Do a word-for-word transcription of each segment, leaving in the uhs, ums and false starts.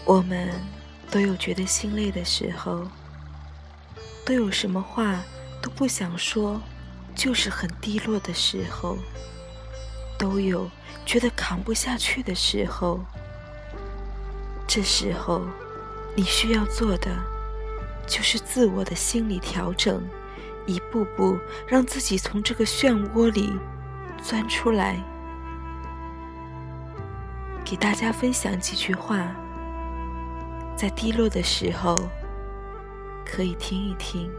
我们都有觉得心累的时候，都有什么话都不想说，就是很低落的时候，都有觉得扛不下去的时候。这时候你需要做的就是自我的心理调整，一步步让自己从这个漩涡里钻出来。给大家分享几句话，在低落的时候可以听一听。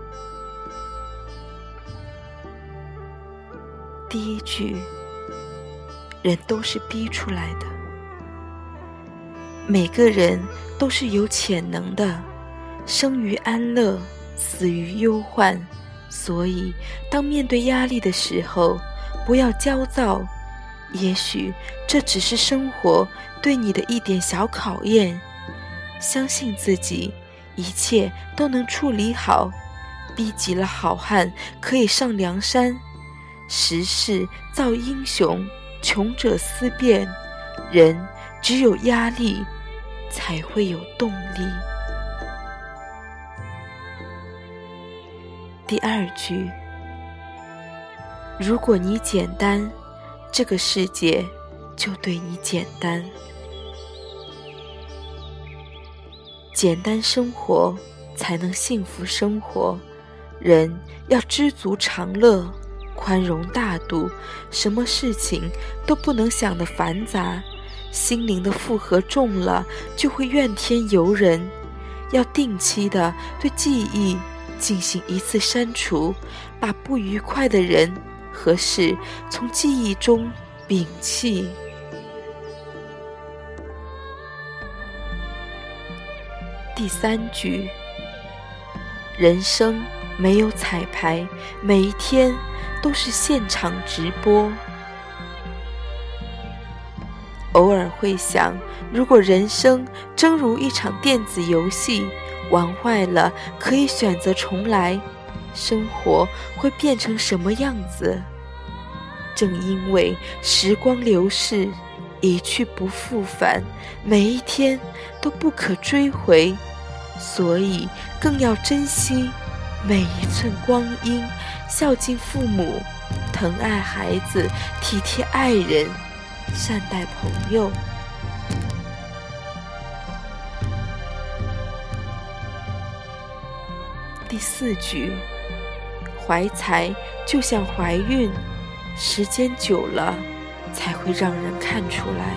第一句，人都是逼出来的，每个人都是有潜能的，生于安乐，死于忧患。所以当面对压力的时候，不要焦躁，也许这只是生活对你的一点小考验，相信自己，一切都能处理好。逼急了好汉可以上梁山，时势造英雄，穷者思变，人只有压力才会有动力。第二句，如果你简单，这个世界就对你简单。简单生活才能幸福生活，人要知足常乐，宽容大度，什么事情都不能想得繁杂，心灵的负荷重了就会怨天尤人。要定期的对记忆进行一次删除，把不愉快的人和事从记忆中摒弃。第三句，人生没有彩排，每一天都是现场直播。偶尔会想，如果人生正如一场电子游戏，玩坏了可以选择重来，生活会变成什么样子？正因为时光流逝，一去不复返，每一天都不可追回，所以更要珍惜每一寸光阴，孝敬父母，疼爱孩子，体贴爱人，善待朋友。第四句，怀才就像怀孕，时间久了才会让人看出来。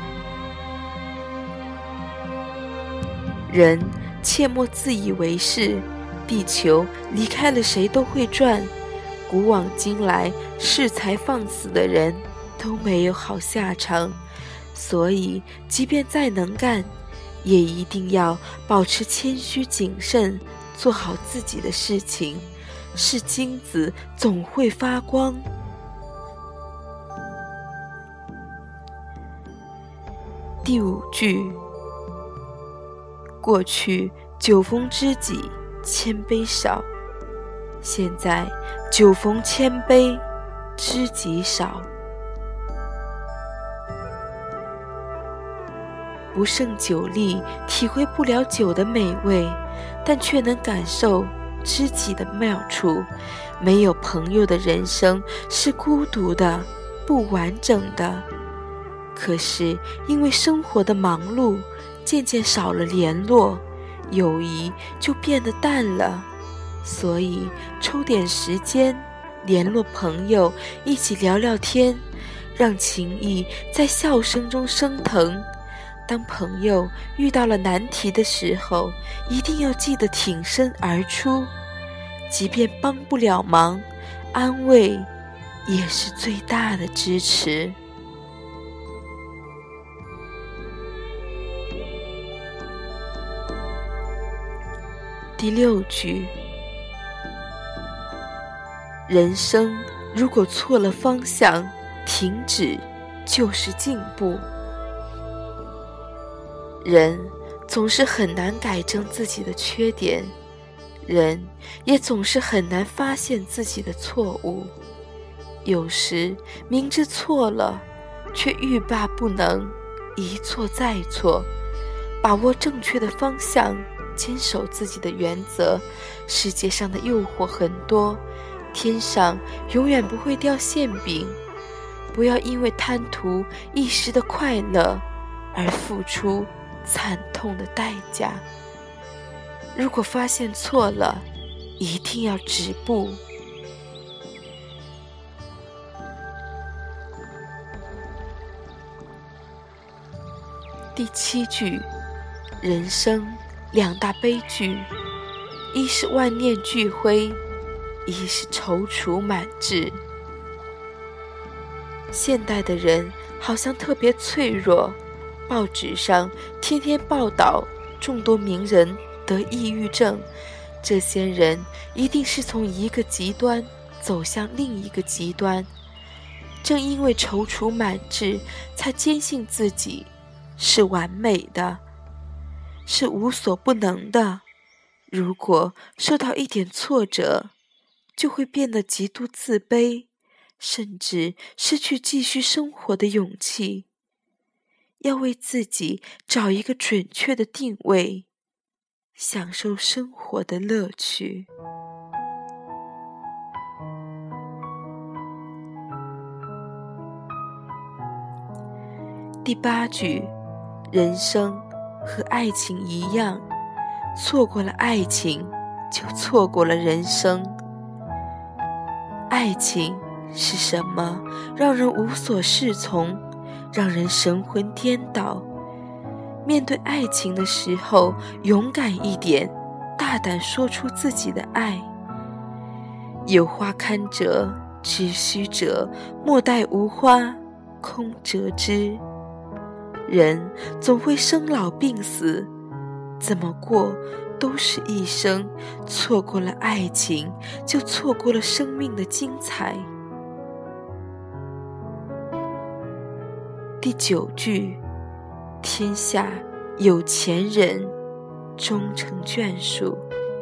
人切莫自以为是，地球离开了谁都会转，古往今来恃才放肆的人都没有好下场，所以即便再能干，也一定要保持谦虚谨慎，做好自己的事情，是金子总会发光。第五句，过去酒逢知己千杯少，现在酒逢千杯知己少。不胜酒力，体会不了酒的美味，但却能感受知己的妙处。没有朋友的人生是孤独的，不完整的。可是因为生活的忙碌，渐渐少了联络，友谊就变得淡了。所以抽点时间联络朋友，一起聊聊天，让情谊在笑声中升腾。当朋友遇到了难题的时候，一定要记得挺身而出，即便帮不了忙，安慰也是最大的支持。第六句，人生如果错了方向，停止就是进步。人总是很难改正自己的缺点，人也总是很难发现自己的错误。有时明知错了，却欲罢不能，一错再错。 把握正确的方向，坚守自己的原则。世界上的诱惑很多，天上永远不会掉馅饼。不要因为贪图一时的快乐而付出惨痛的代价。如果发现错了，一定要止步。第七句，人生两大悲剧，一是万念俱灰，一是踌躇满志。现代的人好像特别脆弱，报纸上天天报道众多名人得抑郁症，这些人一定是从一个极端走向另一个极端。正因为踌躇满志，才坚信自己是完美的，是无所不能的。如果受到一点挫折，就会变得极度自卑，甚至失去继续生活的勇气。要为自己找一个准确的定位，享受生活的乐趣。第八句，人生和爱情一样，错过了爱情，就错过了人生。爱情是什么？让人无所适从，让人神魂颠倒。面对爱情的时候，勇敢一点，大胆说出自己的爱。有花堪折直须折，莫待无花空折枝。人总会生老病死，怎么过都是一生，错过了爱情，就错过了生命的精彩。第九句，天下有钱人终成眷属。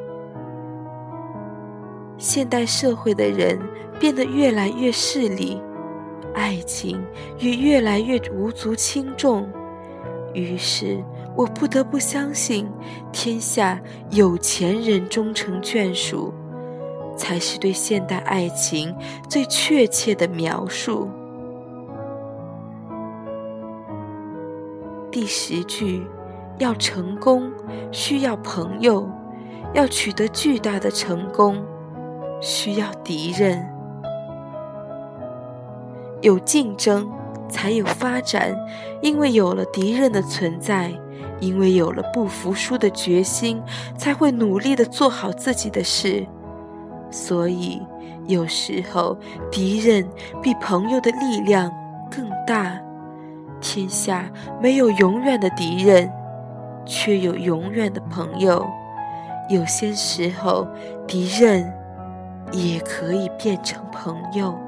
现代社会的人变得越来越势利，爱情也越来越无足轻重。于是我不得不相信，天下有钱人终成眷属，才是对现代爱情最确切的描述。第十句，要成功需要朋友，要取得巨大的成功需要敌人。有竞争才有发展，因为有了敌人的存在，因为有了不服输的决心，才会努力地做好自己的事。所以有时候敌人比朋友的力量更大。天下没有永远的敌人，却有永远的朋友。有些时候敌人也可以变成朋友。